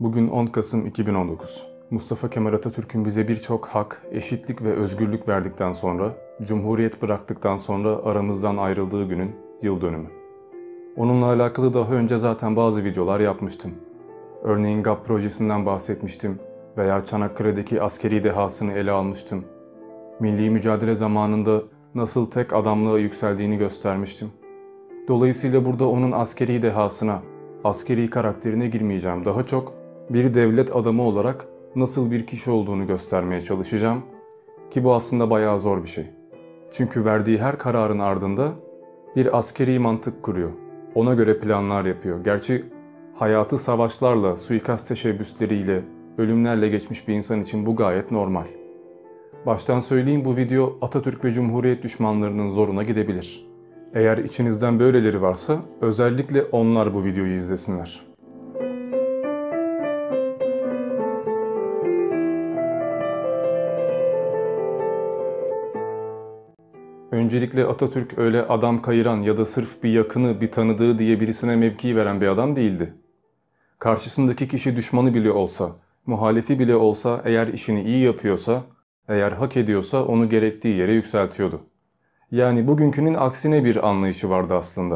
Bugün 10 Kasım 2019. Mustafa Kemal Atatürk'ün bize birçok hak, eşitlik ve özgürlük verdikten sonra, Cumhuriyet bıraktıktan sonra aramızdan ayrıldığı günün yıl dönümü. Onunla alakalı daha önce zaten bazı videolar yapmıştım. Örneğin GAP projesinden bahsetmiştim veya Çanakkale'deki askeri dehasını ele almıştım. Milli mücadele zamanında nasıl tek adamlığa yükseldiğini göstermiştim. Dolayısıyla burada onun askeri dehasına, askeri karakterine girmeyeceğim. Daha çok bir devlet adamı olarak nasıl bir kişi olduğunu göstermeye çalışacağım. Ki bu aslında bayağı zor bir şey. Çünkü verdiği her kararın ardında bir askeri mantık kuruyor. Ona göre planlar yapıyor. Gerçi hayatı savaşlarla, suikast teşebbüsleriyle, ölümlerle geçmiş bir insan için bu gayet normal. Baştan söyleyeyim, bu video Atatürk ve Cumhuriyet düşmanlarının zoruna gidebilir. Eğer içinizden böyleleri varsa özellikle onlar bu videoyu izlesinler. Öncelikle Atatürk öyle adam kayıran ya da sırf bir yakını, bir tanıdığı diye birisine mevki veren bir adam değildi. Karşısındaki kişi düşmanı bile olsa, muhalifi bile olsa, eğer işini iyi yapıyorsa, eğer hak ediyorsa onu gerektiği yere yükseltiyordu. Yani bugünkünün aksine bir anlayışı vardı aslında.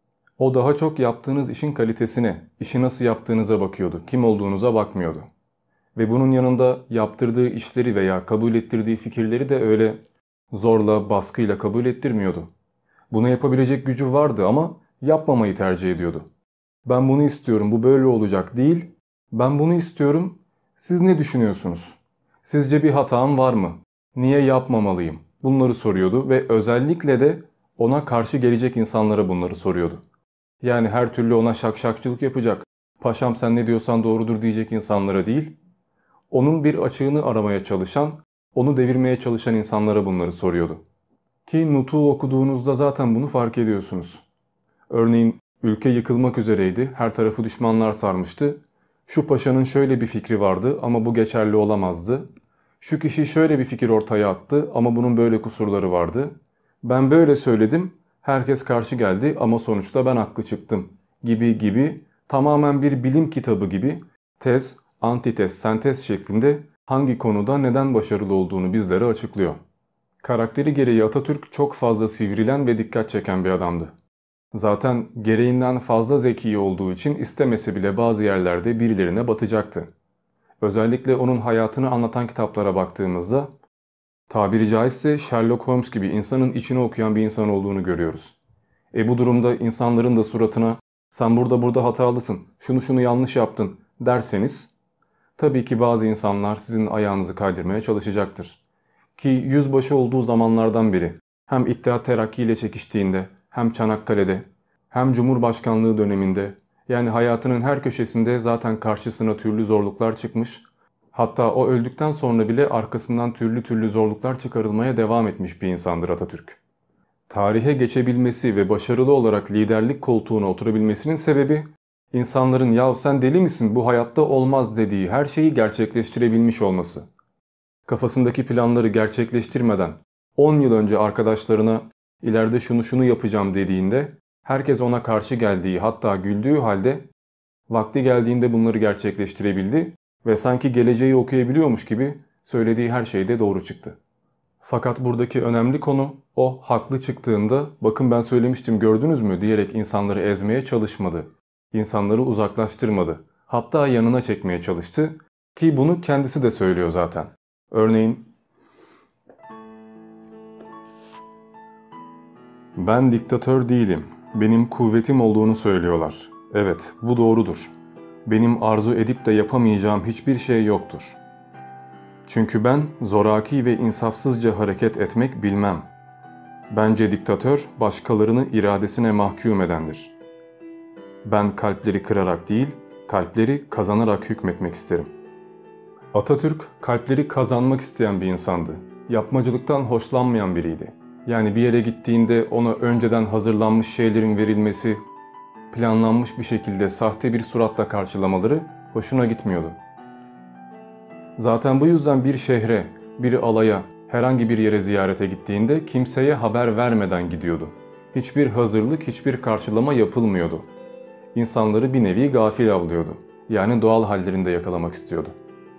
O daha çok yaptığınız işin kalitesine, işi nasıl yaptığınıza bakıyordu, kim olduğunuza bakmıyordu. Ve bunun yanında yaptırdığı işleri veya kabul ettirdiği fikirleri de öyle zorla, baskıyla kabul ettirmiyordu. Bunu yapabilecek gücü vardı ama yapmamayı tercih ediyordu. Ben bunu istiyorum, bu böyle olacak değil, ben bunu istiyorum, siz ne düşünüyorsunuz? Sizce bir hatam var mı? Niye yapmamalıyım? Bunları soruyordu ve özellikle de ona karşı gelecek insanlara bunları soruyordu. Yani her türlü ona şakşakçılık yapacak, paşam sen ne diyorsan doğrudur diyecek insanlara değil, onun bir açığını aramaya çalışan, onu devirmeye çalışan insanlara bunları soruyordu. Ki Nutuk'u okuduğunuzda zaten bunu fark ediyorsunuz. Örneğin ülke yıkılmak üzereydi, her tarafı düşmanlar sarmıştı. Şu paşanın şöyle bir fikri vardı ama bu geçerli olamazdı. Şu kişi şöyle bir fikir ortaya attı ama bunun böyle kusurları vardı. Ben böyle söyledim, herkes karşı geldi ama sonuçta ben haklı çıktım gibi tamamen bir bilim kitabı gibi tez, antitez, sentez şeklinde hangi konuda neden başarılı olduğunu bizlere açıklıyor. Karakteri gereği Atatürk çok fazla sivrilen ve dikkat çeken bir adamdı. Zaten gereğinden fazla zeki olduğu için istemese bile bazı yerlerde birilerine batacaktı. Özellikle onun hayatını anlatan kitaplara baktığımızda tabiri caizse Sherlock Holmes gibi insanın içini okuyan bir insan olduğunu görüyoruz. Bu durumda insanların da suratına sen burada hatalısın, şunu yanlış yaptın derseniz tabii ki bazı insanlar sizin ayağınızı kaydırmaya çalışacaktır. Ki yüzbaşı olduğu zamanlardan beri hem İttihat Terakki ile çekiştiğinde hem Çanakkale'de hem Cumhurbaşkanlığı döneminde yani hayatının her köşesinde zaten karşısına türlü zorluklar çıkmış. Hatta o öldükten sonra bile arkasından türlü zorluklar çıkarılmaya devam etmiş bir insandır Atatürk. Tarihe geçebilmesi ve başarılı olarak liderlik koltuğuna oturabilmesinin sebebi insanların "Ya sen deli misin, bu hayatta olmaz" dediği her şeyi gerçekleştirebilmiş olması. Kafasındaki planları gerçekleştirmeden 10 yıl önce arkadaşlarına ileride şunu yapacağım dediğinde herkes ona karşı geldiği, hatta güldüğü halde vakti geldiğinde bunları gerçekleştirebildi ve sanki geleceği okuyabiliyormuş gibi söylediği her şey de doğru çıktı. Fakat buradaki önemli konu o haklı çıktığında "bakın ben söylemiştim gördünüz mü" diyerek insanları ezmeye çalışmadı. İnsanları uzaklaştırmadı. Hatta yanına çekmeye çalıştı ki bunu kendisi de söylüyor zaten. Örneğin "Ben diktatör değilim. Benim kuvvetim olduğunu söylüyorlar. Evet, bu doğrudur. Benim arzu edip de yapamayacağım hiçbir şey yoktur. Çünkü ben zoraki ve insafsızca hareket etmek bilmem. Bence diktatör başkalarını iradesine mahkum edendir. Ben kalpleri kırarak değil, kalpleri kazanarak hükmetmek isterim." Atatürk kalpleri kazanmak isteyen bir insandı. Yapmacılıktan hoşlanmayan biriydi. Yani bir yere gittiğinde ona önceden hazırlanmış şeylerin verilmesi, planlanmış bir şekilde sahte bir suratla karşılamaları hoşuna gitmiyordu. Zaten bu yüzden bir şehre, bir alaya, herhangi bir yere ziyarete gittiğinde kimseye haber vermeden gidiyordu. Hiçbir hazırlık, hiçbir karşılama yapılmıyordu. İnsanları bir nevi gafil avlıyordu. Yani doğal hallerinde yakalamak istiyordu.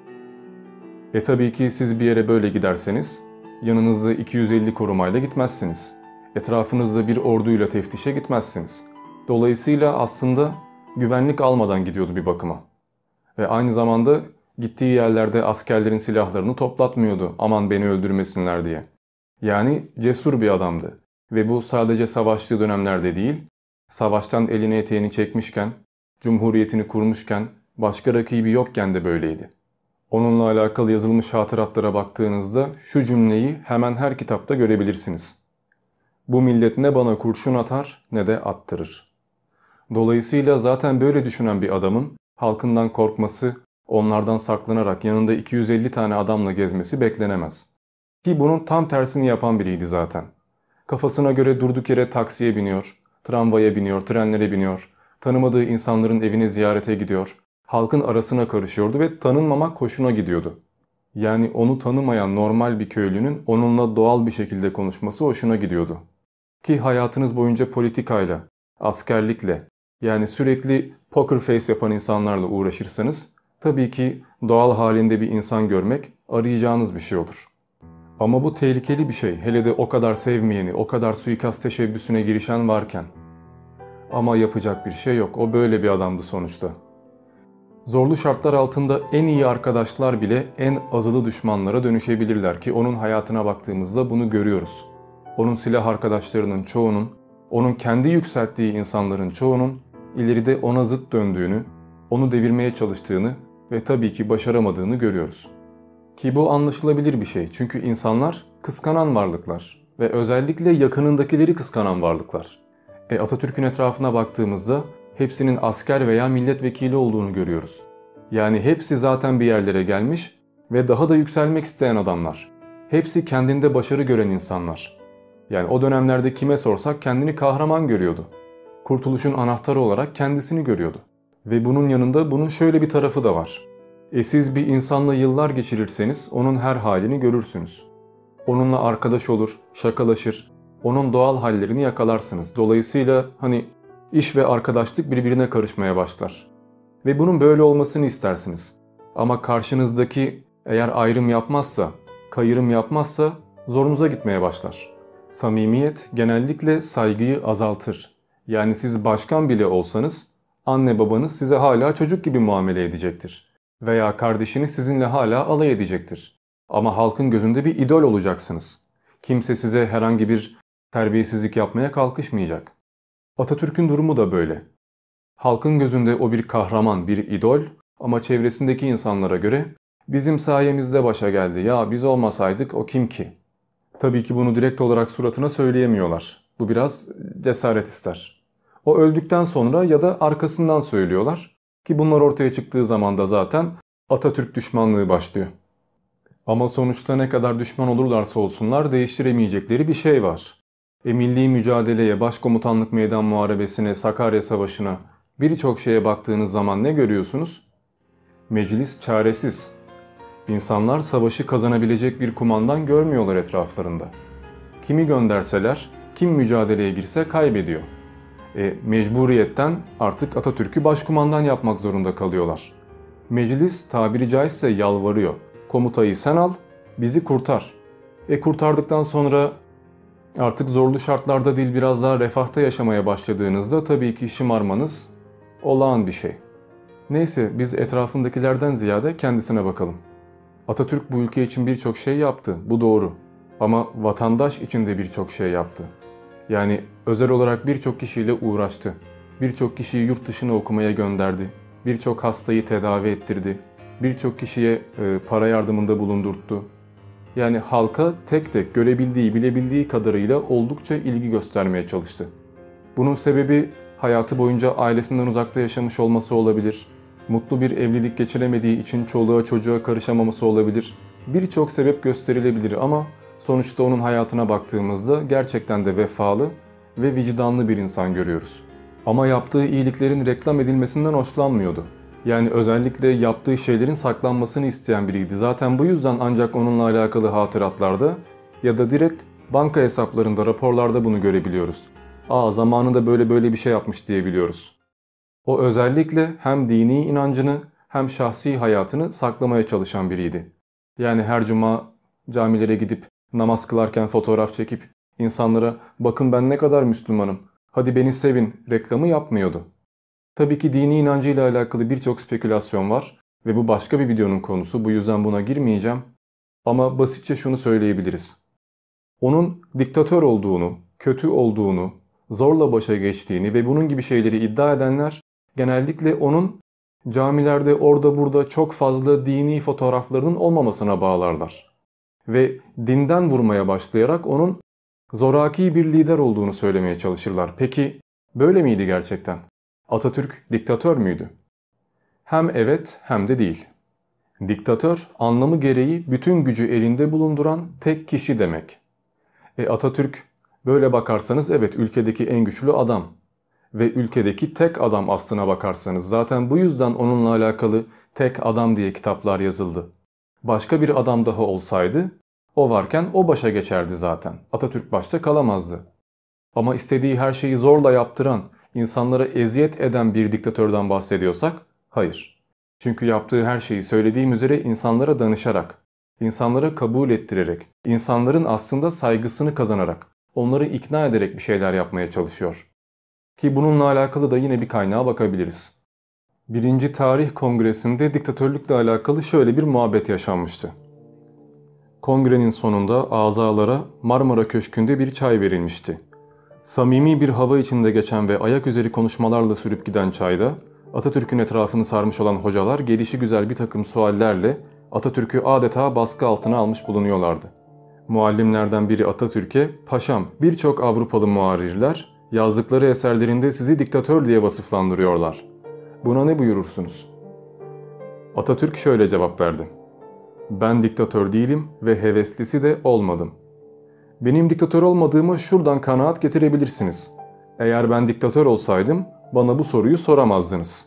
Tabii ki siz bir yere böyle giderseniz yanınızda 250 korumayla gitmezsiniz. Etrafınızda bir orduyla teftişe gitmezsiniz. Dolayısıyla aslında güvenlik almadan gidiyordu bir bakıma. Ve aynı zamanda gittiği yerlerde askerlerin silahlarını toplatmıyordu aman beni öldürmesinler diye. Yani cesur bir adamdı. Ve bu sadece savaştığı dönemlerde değil, savaştan elini eteğini çekmişken, cumhuriyetini kurmuşken, başka rakibi yokken de böyleydi. Onunla alakalı yazılmış hatıratlara baktığınızda şu cümleyi hemen her kitapta görebilirsiniz. Bu millet ne bana kurşun atar ne de attırır. Dolayısıyla zaten böyle düşünen bir adamın halkından korkması, onlardan saklanarak yanında 250 tane adamla gezmesi beklenemez. Ki bunun tam tersini yapan biriydi zaten. Kafasına göre durduk yere taksiye biniyor, tramvaya biniyor, trenlere biniyor, tanımadığı insanların evine ziyarete gidiyor, halkın arasına karışıyordu ve tanınmamak hoşuna gidiyordu. Yani onu tanımayan normal bir köylünün onunla doğal bir şekilde konuşması hoşuna gidiyordu. Ki hayatınız boyunca politikayla, askerlikle, yani sürekli poker face yapan insanlarla uğraşırsanız, tabii ki doğal halinde bir insan görmek arayacağınız bir şey olur. Ama bu tehlikeli bir şey, hele de o kadar sevmeyeni, o kadar suikast teşebbüsüne girişen varken. Ama yapacak bir şey yok, o böyle bir adamdı sonuçta. Zorlu şartlar altında en iyi arkadaşlar bile en azılı düşmanlara dönüşebilirler ki onun hayatına baktığımızda bunu görüyoruz. Onun silah arkadaşlarının çoğunun, onun kendi yükselttiği insanların çoğunun ileride ona zıt döndüğünü, onu devirmeye çalıştığını ve tabii ki başaramadığını görüyoruz. Ki bu anlaşılabilir bir şey çünkü insanlar kıskanan varlıklar ve özellikle yakınındakileri kıskanan varlıklar. Atatürk'ün etrafına baktığımızda hepsinin asker veya milletvekili olduğunu görüyoruz. Yani hepsi zaten bir yerlere gelmiş ve daha da yükselmek isteyen adamlar. Hepsi kendinde başarı gören insanlar. Yani o dönemlerde kime sorsak kendini kahraman görüyordu. Kurtuluşun anahtarı olarak kendisini görüyordu. Ve bunun yanında bunun şöyle bir tarafı da var. Siz bir insanla yıllar geçirirseniz onun her halini görürsünüz. Onunla arkadaş olur, şakalaşır, onun doğal hallerini yakalarsınız. Dolayısıyla iş ve arkadaşlık birbirine karışmaya başlar. Ve bunun böyle olmasını istersiniz. Ama karşınızdaki eğer ayrım yapmazsa, kayırım yapmazsa zorunuza gitmeye başlar. Samimiyet genellikle saygıyı azaltır. Yani siz başkan bile olsanız anne babanız size hala çocuk gibi muamele edecektir. Veya kardeşiniz sizinle hala alay edecektir. Ama halkın gözünde bir idol olacaksınız. Kimse size herhangi bir terbiyesizlik yapmaya kalkışmayacak. Atatürk'ün durumu da böyle. Halkın gözünde o bir kahraman, bir idol ama çevresindeki insanlara göre bizim sayemizde başa geldi. Ya biz olmasaydık o kim ki? Tabii ki bunu direkt olarak suratına söyleyemiyorlar. Bu biraz cesaret ister. O öldükten sonra ya da arkasından söylüyorlar. Ki bunlar ortaya çıktığı zaman da zaten Atatürk düşmanlığı başlıyor. Ama sonuçta ne kadar düşman olurlarsa olsunlar değiştiremeyecekleri bir şey var. Milli mücadeleye, Başkomutanlık Meydan Muharebesi'ne, Sakarya Savaşı'na birçok şeye baktığınız zaman ne görüyorsunuz? Meclis çaresiz. İnsanlar savaşı kazanabilecek bir kumandan görmüyorlar etraflarında. Kimi gönderseler, kim mücadeleye girse kaybediyor. Mecburiyetten artık Atatürk'ü başkumandan yapmak zorunda kalıyorlar. Meclis tabiri caizse yalvarıyor. Komutayı sen al, bizi kurtar. Kurtardıktan sonra artık zorlu şartlarda değil biraz daha refahta yaşamaya başladığınızda tabii ki şımarmanız olağan bir şey. Neyse biz etrafındakilerden ziyade kendisine bakalım. Atatürk bu ülke için birçok şey yaptı, bu doğru. Ama vatandaş için de birçok şey yaptı. Yani özel olarak birçok kişiyle uğraştı. Birçok kişiyi yurt dışına okumaya gönderdi. Birçok hastayı tedavi ettirdi. Birçok kişiye para yardımında bulundurttu. Yani halka tek tek görebildiği, bilebildiği kadarıyla oldukça ilgi göstermeye çalıştı. Bunun sebebi hayatı boyunca ailesinden uzakta yaşamış olması olabilir. Mutlu bir evlilik geçiremediği için çoluğa çocuğa karışamaması olabilir. Birçok sebep gösterilebilir ama sonuçta onun hayatına baktığımızda gerçekten de vefalı ve vicdanlı bir insan görüyoruz. Ama yaptığı iyiliklerin reklam edilmesinden hoşlanmıyordu. Yani özellikle yaptığı şeylerin saklanmasını isteyen biriydi. Zaten bu yüzden ancak onunla alakalı hatıratlarda ya da direkt banka hesaplarında, raporlarda bunu görebiliyoruz. Zamanında böyle bir şey yapmış diyebiliyoruz. O özellikle hem dini inancını hem şahsi hayatını saklamaya çalışan biriydi. Yani her cuma camilere gidip namaz kılarken fotoğraf çekip insanlara bakın ben ne kadar Müslümanım, hadi beni sevin reklamı yapmıyordu. Tabii ki dini inancıyla alakalı birçok spekülasyon var ve bu başka bir videonun konusu, bu yüzden buna girmeyeceğim. Ama basitçe şunu söyleyebiliriz. Onun diktatör olduğunu, kötü olduğunu, zorla başa geçtiğini ve bunun gibi şeyleri iddia edenler genellikle onun camilerde orada burada çok fazla dini fotoğraflarının olmamasına bağlarlar. Ve dinden vurmaya başlayarak onun zoraki bir lider olduğunu söylemeye çalışırlar. Peki böyle miydi gerçekten? Atatürk diktatör müydü? Hem evet hem de değil. Diktatör anlamı gereği bütün gücü elinde bulunduran tek kişi demek. Atatürk böyle bakarsanız evet ülkedeki en güçlü adam ve ülkedeki tek adam aslına bakarsanız. Zaten bu yüzden onunla alakalı tek adam diye kitaplar yazıldı. Başka bir adam daha olsaydı o varken o başa geçerdi zaten. Atatürk başta kalamazdı. Ama istediği her şeyi zorla yaptıran, insanlara eziyet eden bir diktatörden bahsediyorsak hayır. Çünkü yaptığı her şeyi söylediğim üzere insanlara danışarak, insanlara kabul ettirerek, insanların aslında saygısını kazanarak, onları ikna ederek bir şeyler yapmaya çalışıyor. Ki bununla alakalı da yine bir kaynağa bakabiliriz. 1. Tarih Kongresi'nde diktatörlükle alakalı şöyle bir muhabbet yaşanmıştı. Kongrenin sonunda azalara Marmara Köşkü'nde bir çay verilmişti. Samimi bir hava içinde geçen ve ayak üzeri konuşmalarla sürüp giden çayda Atatürk'ün etrafını sarmış olan hocalar gelişigüzel bir takım suallerle Atatürk'ü adeta baskı altına almış bulunuyorlardı. Muallimlerden biri Atatürk'e "Paşam, birçok Avrupalı muharrirler yazdıkları eserlerinde sizi diktatör diye vasıflandırıyorlar. Buna ne buyurursunuz?" Atatürk şöyle cevap verdi: "Ben diktatör değilim ve heveslisi de olmadım. Benim diktatör olmadığıma şuradan kanaat getirebilirsiniz. Eğer ben diktatör olsaydım bana bu soruyu soramazdınız."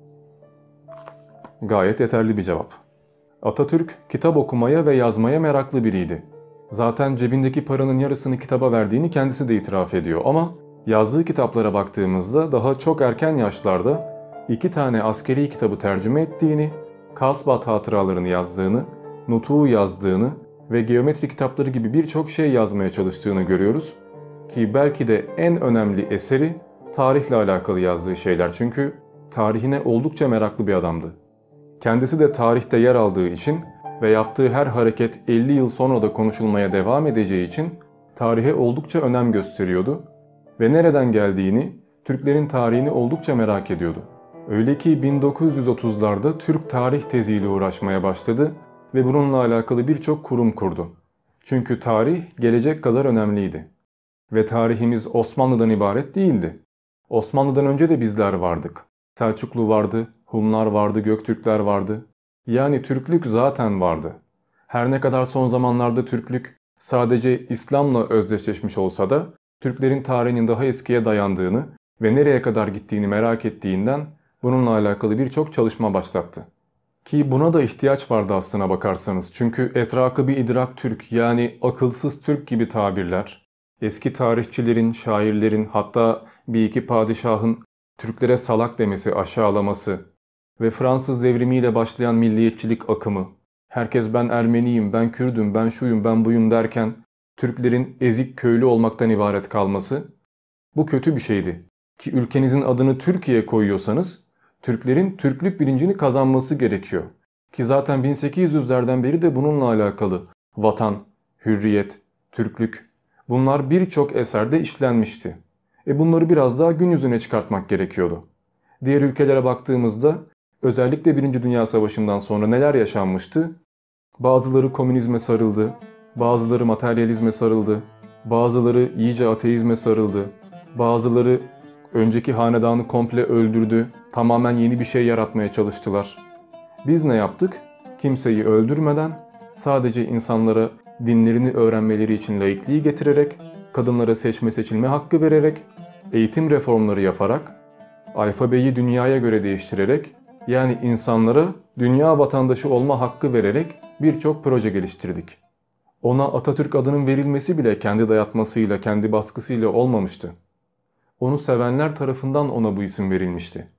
Gayet yeterli bir cevap. Atatürk kitap okumaya ve yazmaya meraklı biriydi. Zaten cebindeki paranın yarısını kitaba verdiğini kendisi de itiraf ediyor ama yazdığı kitaplara baktığımızda daha çok erken yaşlarda 2 tane askeri kitabı tercüme ettiğini, Karlsbad hatıralarını yazdığını, Nutuk'u yazdığını ve geometri kitapları gibi birçok şey yazmaya çalıştığını görüyoruz. Ki belki de en önemli eseri tarihle alakalı yazdığı şeyler, çünkü tarihine oldukça meraklı bir adamdı. Kendisi de tarihte yer aldığı için ve yaptığı her hareket 50 yıl sonra da konuşulmaya devam edeceği için tarihe oldukça önem gösteriyordu ve nereden geldiğini, Türklerin tarihini oldukça merak ediyordu. Öyle ki 1930'larda Türk tarih teziyle uğraşmaya başladı ve bununla alakalı birçok kurum kurdu. Çünkü tarih gelecek kadar önemliydi. Ve tarihimiz Osmanlı'dan ibaret değildi. Osmanlı'dan önce de bizler vardık. Selçuklu vardı, Hunlar vardı, Göktürkler vardı. Yani Türklük zaten vardı. Her ne kadar son zamanlarda Türklük sadece İslam'la özdeşleşmiş olsa da Türklerin tarihinin daha eskiye dayandığını ve nereye kadar gittiğini merak ettiğinden bununla alakalı birçok çalışma başlattı. Ki buna da ihtiyaç vardı aslına bakarsanız. Çünkü etraka bir idrak Türk, yani akılsız Türk gibi tabirler, eski tarihçilerin, şairlerin, hatta bir iki padişahın Türklere salak demesi, aşağılaması ve Fransız devrimiyle başlayan milliyetçilik akımı, herkes ben Ermeniyim, ben Kürdüm, ben şuyum, ben buyum derken Türklerin ezik köylü olmaktan ibaret kalması, bu kötü bir şeydi. Ki ülkenizin adını Türkiye koyuyorsanız Türklerin Türklük bilincini kazanması gerekiyor. Ki zaten 1800'lerden beri de bununla alakalı vatan, hürriyet, Türklük, bunlar birçok eserde işlenmişti. Bunları biraz daha gün yüzüne çıkartmak gerekiyordu. Diğer ülkelere baktığımızda özellikle 1. Dünya Savaşı'ndan sonra neler yaşanmıştı? Bazıları komünizme sarıldı, bazıları materyalizme sarıldı, bazıları iyice ateizme sarıldı, bazıları önceki hanedanı komple öldürdü, tamamen yeni bir şey yaratmaya çalıştılar. Biz ne yaptık? Kimseyi öldürmeden, sadece insanlara dinlerini öğrenmeleri için laikliği getirerek, kadınlara seçme seçilme hakkı vererek, eğitim reformları yaparak, alfabeyi dünyaya göre değiştirerek, yani insanlara dünya vatandaşı olma hakkı vererek birçok proje geliştirdik. Ona Atatürk adının verilmesi bile kendi dayatmasıyla, kendi baskısıyla olmamıştı. Onu sevenler tarafından ona bu isim verilmişti.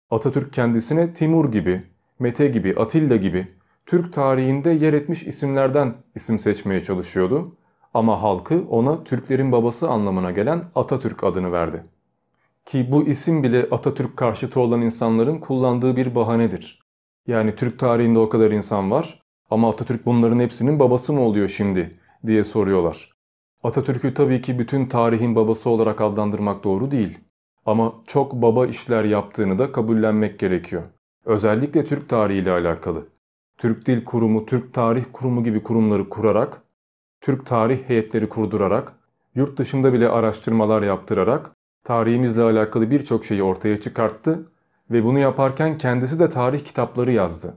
Atatürk kendisine Timur gibi, Mete gibi, Atilla gibi Türk tarihinde yer etmiş isimlerden isim seçmeye çalışıyordu. Ama halkı ona Türklerin babası anlamına gelen Atatürk adını verdi. Ki bu isim bile Atatürk karşıtı olan insanların kullandığı bir bahanedir. Yani Türk tarihinde o kadar insan var ama Atatürk bunların hepsinin babası mı oluyor şimdi diye soruyorlar. Atatürk'ü tabii ki bütün tarihin babası olarak adlandırmak doğru değil. Ama çok baba işler yaptığını da kabullenmek gerekiyor. Özellikle Türk tarihiyle alakalı. Türk Dil Kurumu, Türk Tarih Kurumu gibi kurumları kurarak, Türk tarih heyetleri kurdurarak, yurt dışında bile araştırmalar yaptırarak tarihimizle alakalı birçok şeyi ortaya çıkarttı ve bunu yaparken kendisi de tarih kitapları yazdı.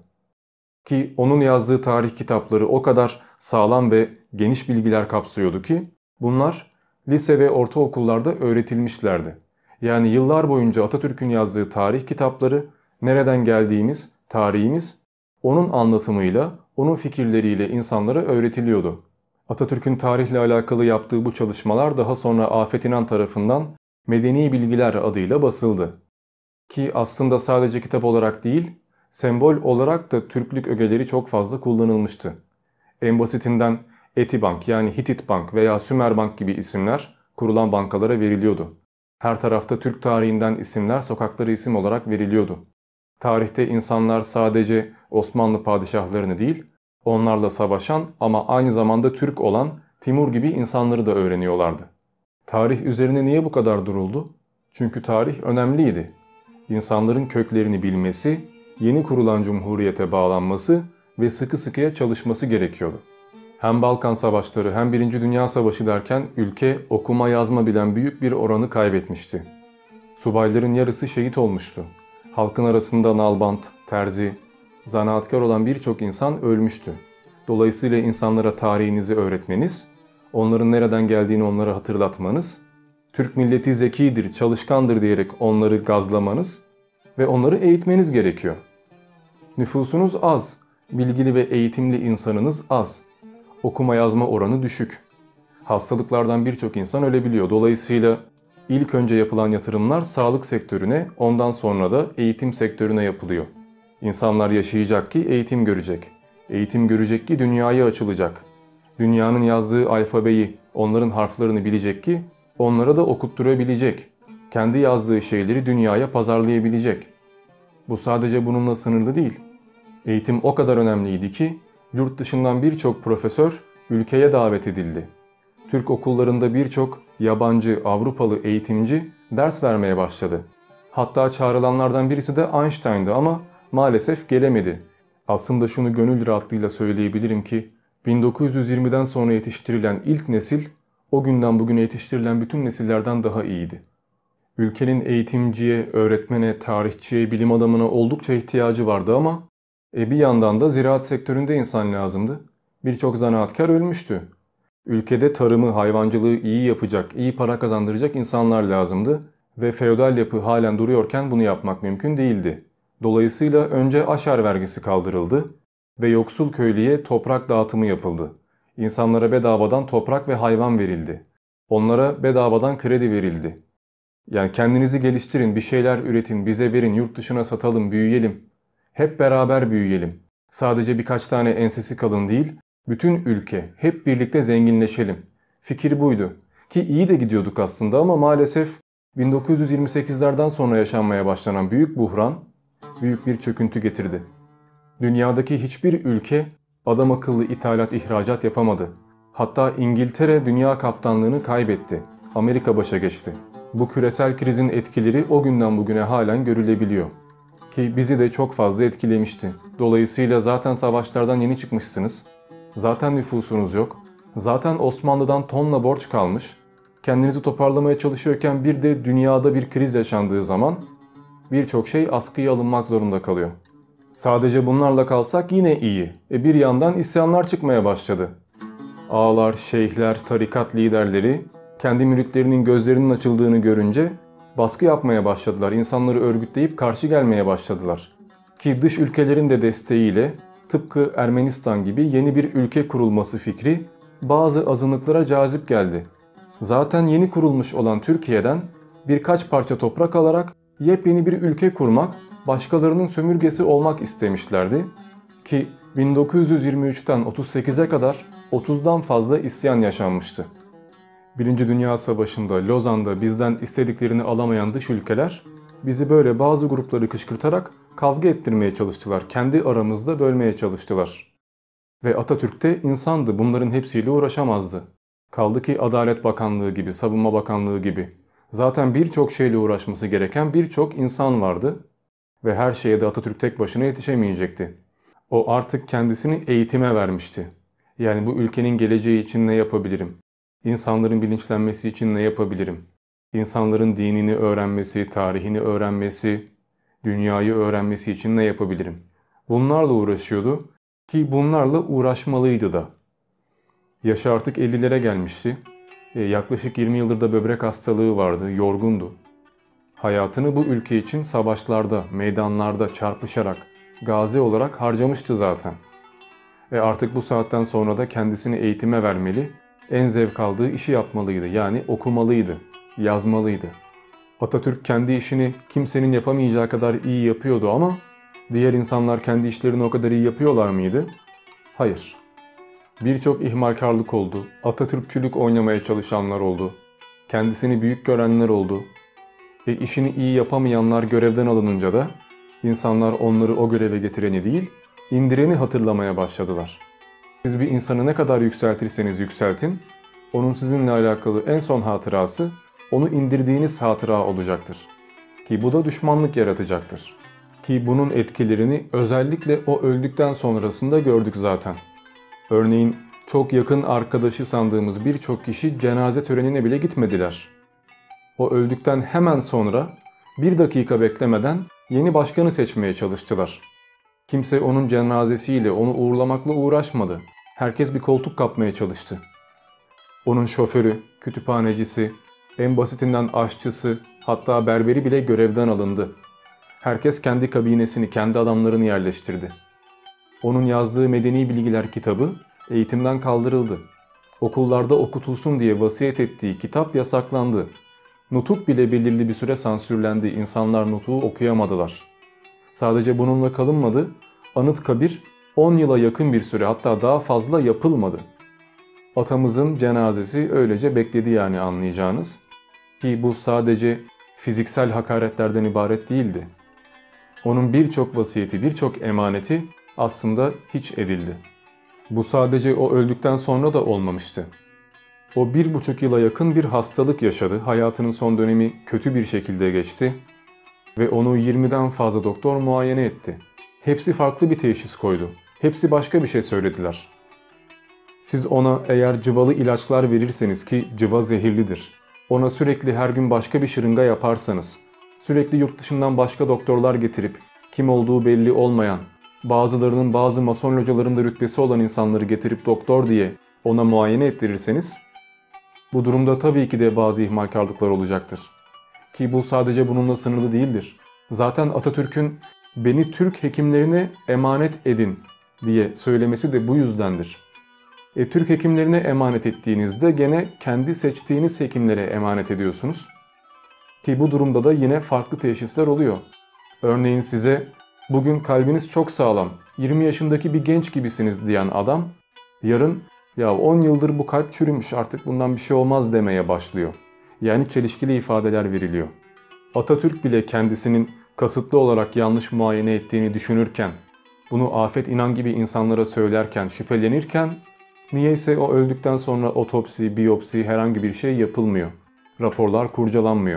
Ki onun yazdığı tarih kitapları o kadar sağlam ve geniş bilgiler kapsıyordu ki bunlar lise ve ortaokullarda öğretilmişlerdi. Yani yıllar boyunca Atatürk'ün yazdığı tarih kitapları, nereden geldiğimiz, tarihimiz onun anlatımıyla, onun fikirleriyle insanlara öğretiliyordu. Atatürk'ün tarihle alakalı yaptığı bu çalışmalar daha sonra Afet İnan tarafından Medeni Bilgiler adıyla basıldı. Ki aslında sadece kitap olarak değil, sembol olarak da Türklük ögeleri çok fazla kullanılmıştı. En basitinden Etibank yani Hitit Bank veya Sümer Bank gibi isimler kurulan bankalara veriliyordu. Her tarafta Türk tarihinden isimler sokaklara isim olarak veriliyordu. Tarihte insanlar sadece Osmanlı padişahlarını değil, onlarla savaşan ama aynı zamanda Türk olan Timur gibi insanları da öğreniyorlardı. Tarih üzerine niye bu kadar duruldu? Çünkü tarih önemliydi. İnsanların köklerini bilmesi, yeni kurulan cumhuriyete bağlanması ve sıkı sıkıya çalışması gerekiyordu. Hem Balkan Savaşları hem Birinci Dünya Savaşı derken ülke okuma yazma bilen büyük bir oranı kaybetmişti. Subayların yarısı şehit olmuştu. Halkın arasında nalbant, terzi, zanaatkar olan birçok insan ölmüştü. Dolayısıyla insanlara tarihinizi öğretmeniz, onların nereden geldiğini onlara hatırlatmanız, Türk milleti zekidir, çalışkandır diyerek onları gazlamanız ve onları eğitmeniz gerekiyor. Nüfusunuz az, bilgili ve eğitimli insanınız az. Okuma yazma oranı düşük. Hastalıklardan birçok insan ölebiliyor. Dolayısıyla ilk önce yapılan yatırımlar sağlık sektörüne, ondan sonra da eğitim sektörüne yapılıyor. İnsanlar yaşayacak ki eğitim görecek. Eğitim görecek ki dünyaya açılacak. Dünyanın yazdığı alfabeyi, onların harflerini bilecek ki onlara da okutturabilecek. Kendi yazdığı şeyleri dünyaya pazarlayabilecek. Bu sadece bununla sınırlı değil. Eğitim o kadar önemliydi ki yurt dışından birçok profesör ülkeye davet edildi. Türk okullarında birçok yabancı, Avrupalı eğitimci ders vermeye başladı. Hatta çağrılanlardan birisi de Einstein'dı ama maalesef gelemedi. Aslında şunu gönül rahatlığıyla söyleyebilirim ki 1920'den sonra yetiştirilen ilk nesil o günden bugüne yetiştirilen bütün nesillerden daha iyiydi. Ülkenin eğitimciye, öğretmene, tarihçiye, bilim adamına oldukça ihtiyacı vardı ama bir yandan da ziraat sektöründe insan lazımdı. Birçok zanaatkar ölmüştü. Ülkede tarımı, hayvancılığı iyi yapacak, iyi para kazandıracak insanlar lazımdı ve feodal yapı halen duruyorken bunu yapmak mümkün değildi. Dolayısıyla önce aşar vergisi kaldırıldı ve yoksul köylüye toprak dağıtımı yapıldı. İnsanlara bedavadan toprak ve hayvan verildi. Onlara bedavadan kredi verildi. Yani kendinizi geliştirin, bir şeyler üretin, bize verin, yurt dışına satalım, büyüyelim. Hep beraber büyüyelim. Sadece birkaç tane ensesi kalın değil, bütün ülke hep birlikte zenginleşelim. Fikir buydu. Ki iyi de gidiyorduk aslında ama maalesef 1928'lerden sonra yaşanmaya başlanan büyük buhran büyük bir çöküntü getirdi. Dünyadaki hiçbir ülke adam akıllı ithalat ihracat yapamadı. Hatta İngiltere dünya kaptanlığını kaybetti. Amerika başa geçti. Bu küresel krizin etkileri o günden bugüne halen görülebiliyor. Ki bizi de çok fazla etkilemişti. Dolayısıyla zaten savaşlardan yeni çıkmışsınız. Zaten nüfusunuz yok. Zaten Osmanlı'dan tonla borç kalmış. Kendinizi toparlamaya çalışıyorken bir de dünyada bir kriz yaşandığı zaman birçok şey askıya alınmak zorunda kalıyor. Sadece bunlarla kalsak yine iyi. Bir yandan isyanlar çıkmaya başladı. Ağalar, şeyhler, tarikat liderleri kendi müritlerinin gözlerinin açıldığını görünce baskı yapmaya başladılar. İnsanları örgütleyip karşı gelmeye başladılar. Ki dış ülkelerin de desteğiyle tıpkı Ermenistan gibi yeni bir ülke kurulması fikri bazı azınlıklara cazip geldi. Zaten yeni kurulmuş olan Türkiye'den birkaç parça toprak alarak yepyeni bir ülke kurmak başkalarının sömürgesi olmak istemişlerdi ki 1923'ten 38'e kadar 30'dan fazla isyan yaşanmıştı. Birinci Dünya Savaşı'nda Lozan'da bizden istediklerini alamayan dış ülkeler bizi böyle bazı grupları kışkırtarak kavga ettirmeye çalıştılar. Kendi aramızda bölmeye çalıştılar. Ve Atatürk de insandı, bunların hepsiyle uğraşamazdı. Kaldı ki Adalet Bakanlığı gibi, Savunma Bakanlığı gibi. Zaten birçok şeyle uğraşması gereken birçok insan vardı. Ve her şeye de Atatürk tek başına yetişemeyecekti. O artık kendisini eğitime vermişti. Yani bu ülkenin geleceği için ne yapabilirim? İnsanların bilinçlenmesi için ne yapabilirim? İnsanların dinini öğrenmesi, tarihini öğrenmesi, dünyayı öğrenmesi için ne yapabilirim? Bunlarla uğraşıyordu ki bunlarla uğraşmalıydı da. Yaşı artık 50'lere gelmişti. Yaklaşık 20 yıldır da böbrek hastalığı vardı, yorgundu. Hayatını bu ülke için savaşlarda, meydanlarda çarpışarak, gazi olarak harcamıştı zaten. Artık bu saatten sonra da kendisini eğitime vermeli, en zevk aldığı işi yapmalıydı. Yani okumalıydı, yazmalıydı. Atatürk kendi işini kimsenin yapamayacağı kadar iyi yapıyordu ama diğer insanlar kendi işlerini o kadar iyi yapıyorlar mıydı? Hayır. Birçok ihmalkarlık oldu, Atatürkçülük oynamaya çalışanlar oldu, kendisini büyük görenler oldu. İşini iyi yapamayanlar görevden alınınca da insanlar onları o göreve getireni değil, indireni hatırlamaya başladılar. Siz bir insanı ne kadar yükseltirseniz yükseltin, onun sizinle alakalı en son hatırası onu indirdiğiniz hatıra olacaktır. Ki bu da düşmanlık yaratacaktır. Ki bunun etkilerini özellikle o öldükten sonrasında gördük zaten. Örneğin çok yakın arkadaşı sandığımız birçok kişi cenaze törenine bile gitmediler. O öldükten hemen sonra bir dakika beklemeden yeni başkanı seçmeye çalıştılar. Kimse onun cenazesiyle, onu uğurlamakla uğraşmadı. Herkes bir koltuk kapmaya çalıştı. Onun şoförü, kütüphanecisi, en basitinden aşçısı, hatta berberi bile görevden alındı. Herkes kendi kabinesini, kendi adamlarını yerleştirdi. Onun yazdığı Medeni Bilgiler kitabı eğitimden kaldırıldı. Okullarda okutulsun diye vasiyet ettiği kitap yasaklandı. Nutuk bile belirli bir süre sansürlendi. İnsanlar nutuğu okuyamadılar. Sadece bununla kalınmadı. Anıtkabir 10 yıla yakın bir süre, hatta daha fazla yapılmadı. Atamızın cenazesi öylece bekledi yani, anlayacağınız. Ki bu sadece fiziksel hakaretlerden ibaret değildi. Onun birçok vasiyeti, birçok emaneti aslında hiç edildi. Bu sadece o öldükten sonra da olmamıştı. O 1,5 yıla yakın bir hastalık yaşadı. Hayatının son dönemi kötü bir şekilde geçti. Ve onu 20'den fazla doktor muayene etti. Hepsi farklı bir teşhis koydu. Hepsi başka bir şey söylediler. Siz ona eğer cıvalı ilaçlar verirseniz, ki cıva zehirlidir, ona sürekli her gün başka bir şırınga yaparsanız, sürekli yurt dışından başka doktorlar getirip kim olduğu belli olmayan, bazılarının bazı mason localarında rütbesi olan insanları getirip doktor diye ona muayene ettirirseniz, bu durumda tabii ki de bazı ihmalkarlıklar olacaktır. Ki bu sadece bununla sınırlı değildir. Zaten Atatürk'ün "beni Türk hekimlerine emanet edin" diye söylemesi de bu yüzdendir. Türk hekimlerine emanet ettiğinizde gene kendi seçtiğiniz hekimlere emanet ediyorsunuz. Ki bu durumda da yine farklı teşhisler oluyor. Örneğin size "bugün kalbiniz çok sağlam, 20 yaşındaki bir genç gibisiniz" diyen adam, yarın "ya 10 yıldır bu kalp çürümüş, artık bundan bir şey olmaz" demeye başlıyor. Yani çelişkili ifadeler veriliyor. Atatürk bile kendisinin kasıtlı olarak yanlış muayene ettiğini düşünürken, bunu Afet İnan gibi insanlara söylerken, şüphelenirken, niyeyse o öldükten sonra otopsi, biyopsi, herhangi bir şey yapılmıyor. Raporlar kurcalanmıyor.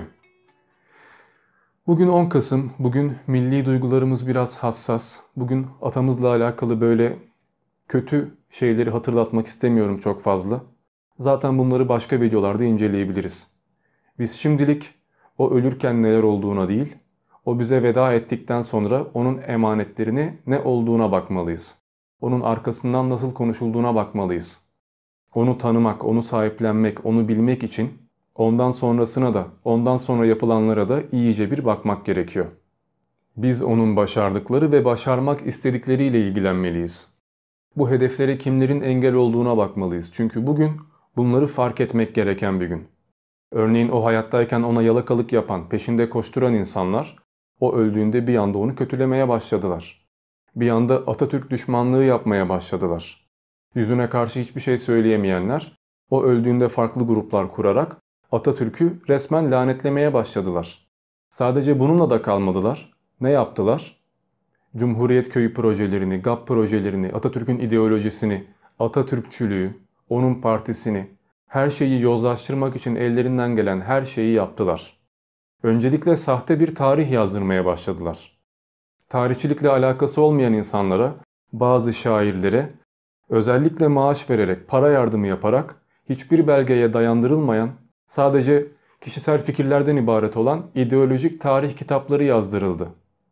Bugün 10 Kasım, bugün milli duygularımız biraz hassas. Bugün atamızla alakalı böyle kötü şeyleri hatırlatmak istemiyorum çok fazla. Zaten bunları başka videolarda inceleyebiliriz. Biz şimdilik o ölürken neler olduğuna değil, o bize veda ettikten sonra onun emanetlerine ne olduğuna bakmalıyız. Onun arkasından nasıl konuşulduğuna bakmalıyız. Onu tanımak, onu sahiplenmek, onu bilmek için ondan sonrasına da, ondan sonra yapılanlara da iyice bir bakmak gerekiyor. Biz onun başardıkları ve başarmak istedikleriyle ilgilenmeliyiz. Bu hedeflere kimlerin engel olduğuna bakmalıyız. Çünkü bugün bunları fark etmek gereken bir gün. Örneğin o hayattayken ona yalakalık yapan, peşinde koşturan insanlar O öldüğünde bir anda onu kötülemeye başladılar. Bir anda Atatürk düşmanlığı yapmaya başladılar. Yüzüne karşı hiçbir şey söyleyemeyenler, o öldüğünde farklı gruplar kurarak Atatürk'ü resmen lanetlemeye başladılar. Sadece bununla da kalmadılar. Ne yaptılar? Cumhuriyet Köyü projelerini, GAP projelerini, Atatürk'ün ideolojisini, Atatürkçülüğü, onun partisini, her şeyi yozlaştırmak için ellerinden gelen her şeyi yaptılar. Öncelikle sahte bir tarih yazdırmaya başladılar. Tarihçilikle alakası olmayan insanlara, bazı şairlere, özellikle maaş vererek, para yardımı yaparak, hiçbir belgeye dayandırılmayan, sadece kişisel fikirlerden ibaret olan ideolojik tarih kitapları yazdırıldı.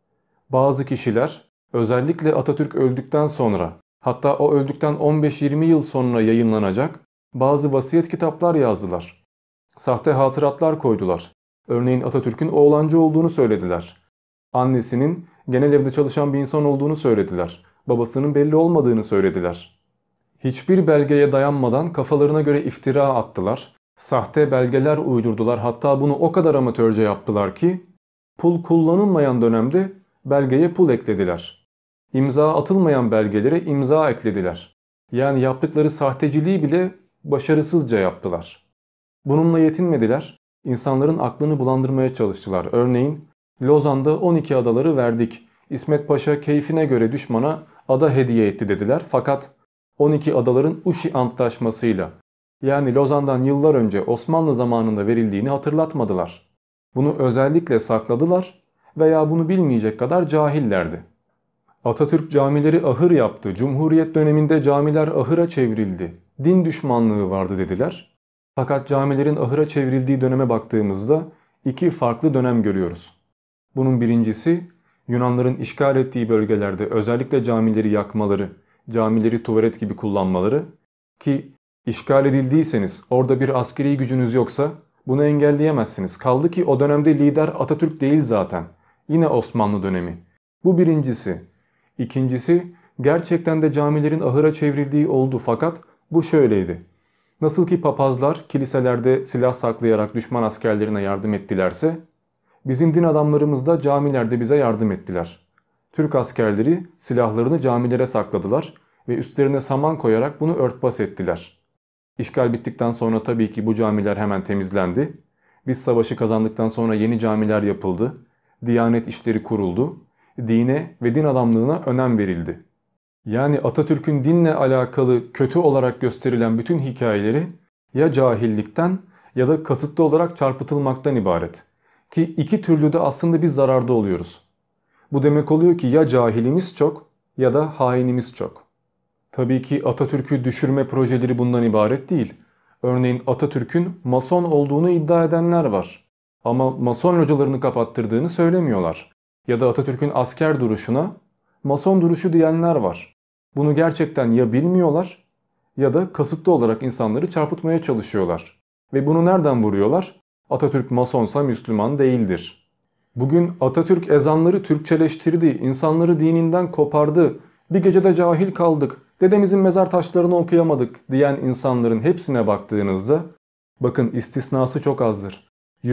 Bazı kişiler, özellikle Atatürk öldükten sonra, hatta o öldükten 15-20 yıl sonra yayınlanacak bazı vasiyet kitaplar yazdılar. Sahte hatıratlar koydular. Örneğin Atatürk'ün oğlancı olduğunu söylediler. Annesinin genel evde çalışan bir insan olduğunu söylediler. Babasının belli olmadığını söylediler. Hiçbir belgeye dayanmadan kafalarına göre iftira attılar. Sahte belgeler uydurdular. Hatta bunu o kadar amatörce yaptılar ki pul kullanılmayan dönemde belgeye pul eklediler. İmza atılmayan belgelere imza eklediler. Yani yaptıkları sahteciliği bile başarısızca yaptılar. Bununla yetinmediler. İnsanların aklını bulandırmaya çalıştılar. Örneğin Lozan'da 12 adaları verdik. İsmet Paşa keyfine göre düşmana ada hediye etti dediler. Fakat 12 adaların Uşi Antlaşması'yla, yani Lozan'dan yıllar önce Osmanlı zamanında verildiğini hatırlatmadılar. Bunu özellikle sakladılar veya bunu bilmeyecek kadar cahillerdi. Atatürk camileri ahır yaptı. Cumhuriyet döneminde camiler ahıra çevrildi. Din düşmanlığı vardı dediler. Fakat camilerin ahıra çevrildiği döneme baktığımızda iki farklı dönem görüyoruz. Bunun birincisi Yunanların işgal ettiği bölgelerde özellikle camileri yakmaları, camileri tuvalet gibi kullanmaları ki işgal edildiyseniz orada bir askeri gücünüz yoksa bunu engelleyemezsiniz. Kaldı ki o dönemde lider Atatürk değil zaten. Yine Osmanlı dönemi. Bu birincisi. İkincisi gerçekten de camilerin ahıra çevrildiği oldu fakat bu şöyleydi. Nasıl ki papazlar kiliselerde silah saklayarak düşman askerlerine yardım ettilerse bizim din adamlarımız da camilerde bize yardım ettiler. Türk askerleri silahlarını camilere sakladılar ve üstlerine saman koyarak bunu örtbas ettiler. İşgal bittikten sonra tabii ki bu camiler hemen temizlendi. Biz savaşı kazandıktan sonra yeni camiler yapıldı. Diyanet işleri kuruldu. Dine ve din adamlığına önem verildi. Yani Atatürk'ün dinle alakalı kötü olarak gösterilen bütün hikayeleri ya cahillikten ya da kasıtlı olarak çarpıtılmaktan ibaret. Ki iki türlü de aslında biz zararda oluyoruz. Bu demek oluyor ki ya cahilimiz çok ya da hainimiz çok. Tabii ki Atatürk'ü düşürme projeleri bundan ibaret değil. Örneğin Atatürk'ün mason olduğunu iddia edenler var. Ama mason localarını kapattırdığını söylemiyorlar. Ya da Atatürk'ün asker duruşuna mason duruşu diyenler var. Bunu gerçekten ya bilmiyorlar ya da kasıtlı olarak insanları çarpıtmaya çalışıyorlar. Ve bunu nereden vuruyorlar? Atatürk masonsa Müslüman değildir. Bugün Atatürk ezanları Türkçeleştirdi, insanları dininden kopardı, bir gecede cahil kaldık, dedemizin mezar taşlarını okuyamadık diyen insanların hepsine baktığınızda, bakın istisnası çok azdır.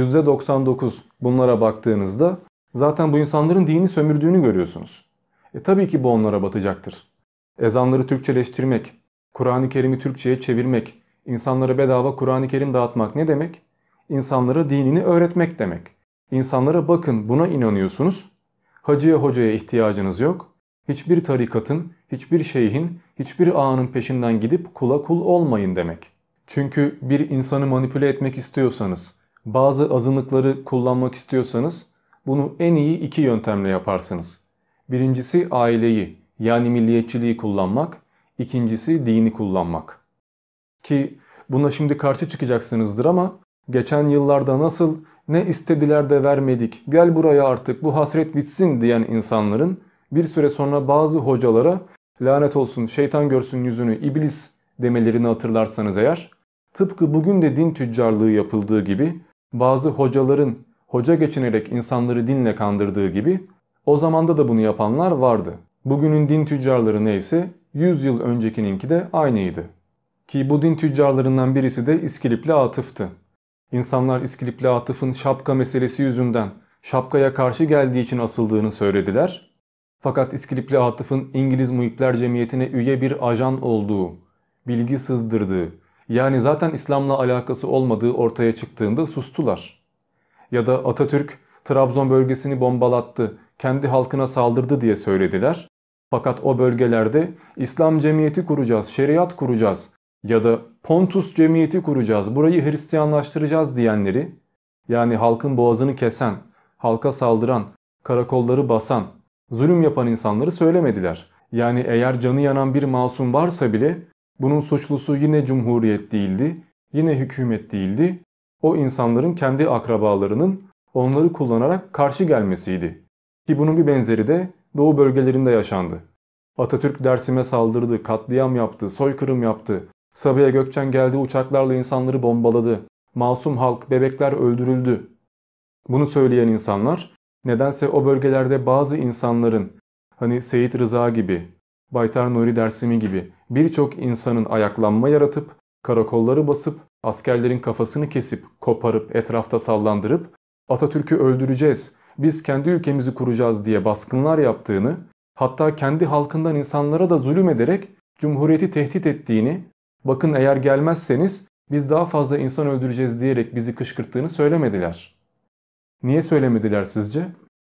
%99 bunlara baktığınızda zaten bu insanların dini sömürdüğünü görüyorsunuz. Tabii ki bu onlara batacaktır. Ezanları Türkçeleştirmek, Kur'an-ı Kerim'i Türkçe'ye çevirmek, insanlara bedava Kur'an-ı Kerim dağıtmak ne demek? İnsanlara dinini öğretmek demek. İnsanlara bakın buna inanıyorsunuz. Hacıya hocaya ihtiyacınız yok. Hiçbir tarikatın, hiçbir şeyhin, hiçbir ağanın peşinden gidip kula kul olmayın demek. Çünkü bir insanı manipüle etmek istiyorsanız, bazı azınlıkları kullanmak istiyorsanız bunu en iyi iki yöntemle yaparsınız. Birincisi aileyi yani milliyetçiliği kullanmak, ikincisi dini kullanmak. Ki buna şimdi karşı çıkacaksınızdır ama geçen yıllarda nasıl ne istediler de vermedik, gel buraya artık bu hasret bitsin diyen insanların bir süre sonra bazı hocalara lanet olsun şeytan görsün yüzünü iblis demelerini hatırlarsanız eğer, tıpkı bugün de din tüccarlığı yapıldığı gibi bazı hocaların hoca geçinerek insanları dinle kandırdığı gibi o zamanda da bunu yapanlar vardı. Bugünün din tüccarları neyse 100 yıl öncekininki de aynıydı. Ki bu din tüccarlarından birisi de İskilipli Atıf'tı. İnsanlar İskilipli Atıf'ın şapka meselesi yüzünden, şapkaya karşı geldiği için asıldığını söylediler. Fakat İskilipli Atıf'ın İngiliz Muhipler Cemiyeti'ne üye bir ajan olduğu, bilgi sızdırdığı, yani zaten İslam'la alakası olmadığı ortaya çıktığında sustular. Ya da Atatürk Trabzon bölgesini bombalattı, kendi halkına saldırdı diye söylediler. Fakat o bölgelerde İslam cemiyeti kuracağız, şeriat kuracağız ya da Pontus cemiyeti kuracağız, burayı Hristiyanlaştıracağız diyenleri, yani halkın boğazını kesen, halka saldıran, karakolları basan, zulüm yapan insanları söylemediler. Yani eğer canı yanan bir masum varsa bile bunun suçlusu yine cumhuriyet değildi, yine hükümet değildi. O insanların kendi akrabalarının onları kullanarak karşı gelmesiydi. Ki bunun bir benzeri de Doğu bölgelerinde yaşandı. Atatürk Dersim'e saldırdı, katliam yaptı, soykırım yaptı. Sabiha Gökçen geldi, uçaklarla insanları bombaladı. Masum halk, bebekler öldürüldü. Bunu söyleyen insanlar nedense o bölgelerde bazı insanların, hani Seyit Rıza gibi, Baytar Nuri Dersimi gibi birçok insanın ayaklanma yaratıp, karakolları basıp, askerlerin kafasını kesip, koparıp, etrafta sallandırıp Atatürk'ü öldüreceğiz, biz kendi ülkemizi kuracağız diye baskınlar yaptığını, hatta kendi halkından insanlara da zulüm ederek Cumhuriyeti tehdit ettiğini, bakın eğer gelmezseniz biz daha fazla insan öldüreceğiz diyerek bizi kışkırttığını söylemediler. Niye söylemediler sizce?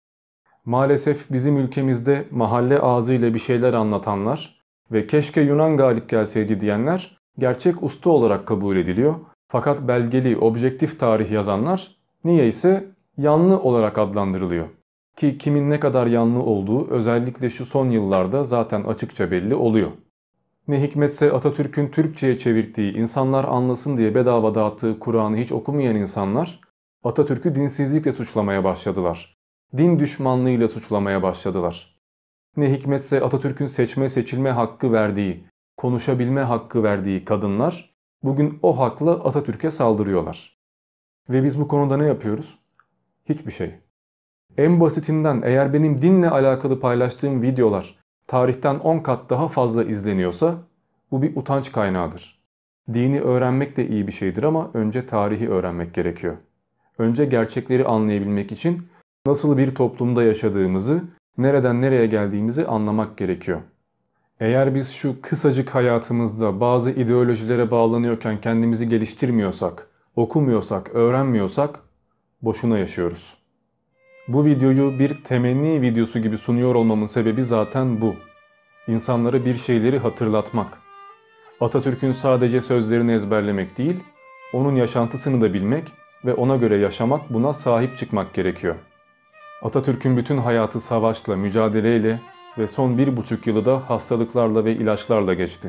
Maalesef bizim ülkemizde mahalle ağzıyla bir şeyler anlatanlar ve keşke Yunan galip gelseydi diyenler gerçek usta olarak kabul ediliyor. Fakat belgeli, objektif tarih yazanlar niyeyse yanlı olarak adlandırılıyor. Ki kimin ne kadar yanlı olduğu özellikle şu son yıllarda zaten açıkça belli oluyor. Ne hikmetse Atatürk'ün Türkçe'ye çevirdiği, insanlar anlasın diye bedava dağıttığı Kur'an'ı hiç okumayan insanlar Atatürk'ü dinsizlikle suçlamaya başladılar. Din düşmanlığıyla suçlamaya başladılar. Ne hikmetse Atatürk'ün seçme seçilme hakkı verdiği, konuşabilme hakkı verdiği kadınlar bugün o hakla Atatürk'e saldırıyorlar. Ve biz bu konuda ne yapıyoruz? Hiçbir şey. En basitinden eğer benim dinle alakalı paylaştığım videolar tarihten 10 kat daha fazla izleniyorsa bu bir utanç kaynağıdır. Dini öğrenmek de iyi bir şeydir ama önce tarihi öğrenmek gerekiyor. Önce gerçekleri anlayabilmek için nasıl bir toplumda yaşadığımızı, nereden nereye geldiğimizi anlamak gerekiyor. Eğer biz şu kısacık hayatımızda bazı ideolojilere bağlanıyorken kendimizi geliştirmiyorsak, okumuyorsak, öğrenmiyorsak boşuna yaşıyoruz. Bu videoyu bir temenni videosu gibi sunuyor olmamın sebebi zaten bu. İnsanlara bir şeyleri hatırlatmak. Atatürk'ün sadece sözlerini ezberlemek değil, onun yaşantısını da bilmek ve ona göre yaşamak, buna sahip çıkmak gerekiyor. Atatürk'ün bütün hayatı savaşla, mücadeleyle ve son 1,5 yılı da hastalıklarla ve ilaçlarla geçti.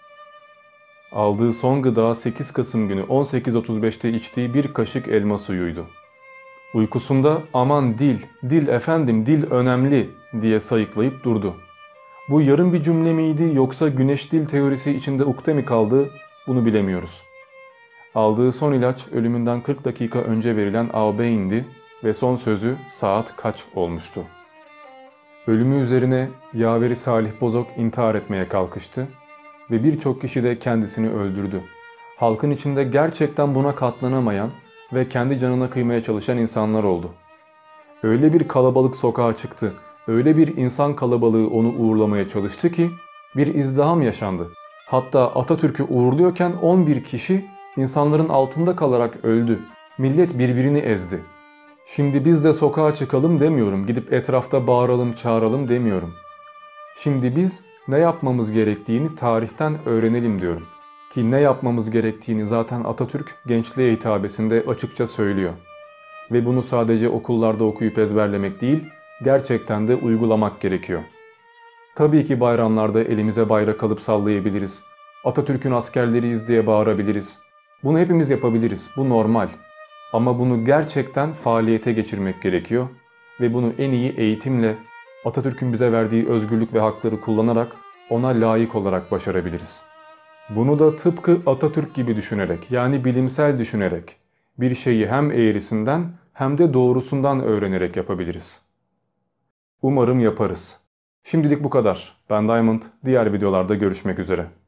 Aldığı son gıda 8 Kasım günü 18.35'te içtiği bir kaşık elma suyuydu. Uykusunda aman dil, dil efendim, dil önemli diye sayıklayıp durdu. Bu yarım bir cümle miydi yoksa güneş dil teorisi içinde ukde mi kaldı bunu bilemiyoruz. Aldığı son ilaç ölümünden 40 dakika önce verilen Aubaine'di ve son sözü saat kaç olmuştu. Ölümü üzerine yaveri Salih Bozok intihar etmeye kalkıştı ve birçok kişi de kendisini öldürdü. Halkın içinde gerçekten buna katlanamayan ve kendi canına kıymaya çalışan insanlar oldu. Öyle bir kalabalık sokağa çıktı, öyle bir insan kalabalığı onu uğurlamaya çalıştı ki bir izdiham yaşandı. Hatta Atatürk'ü uğurluyorken 11 kişi insanların altında kalarak öldü. Millet birbirini ezdi. Şimdi biz de sokağa çıkalım demiyorum, gidip etrafta bağıralım, çağıralım demiyorum. Şimdi biz ne yapmamız gerektiğini tarihten öğrenelim diyorum. Ki ne yapmamız gerektiğini zaten Atatürk Gençliğe hitabesinde açıkça söylüyor. Ve bunu sadece okullarda okuyup ezberlemek değil, gerçekten de uygulamak gerekiyor. Tabii ki bayramlarda elimize bayrak alıp sallayabiliriz. Atatürk'ün askerleriyiz diye bağırabiliriz. Bunu hepimiz yapabiliriz, bu normal. Ama bunu gerçekten faaliyete geçirmek gerekiyor. Ve bunu en iyi eğitimle, Atatürk'ün bize verdiği özgürlük ve hakları kullanarak ona layık olarak başarabiliriz. Bunu da tıpkı Atatürk gibi düşünerek, yani bilimsel düşünerek, bir şeyi hem eğrisinden hem de doğrusundan öğrenerek yapabiliriz. Umarım yaparız. Şimdilik bu kadar. Ben Diamond, diğer videolarda görüşmek üzere.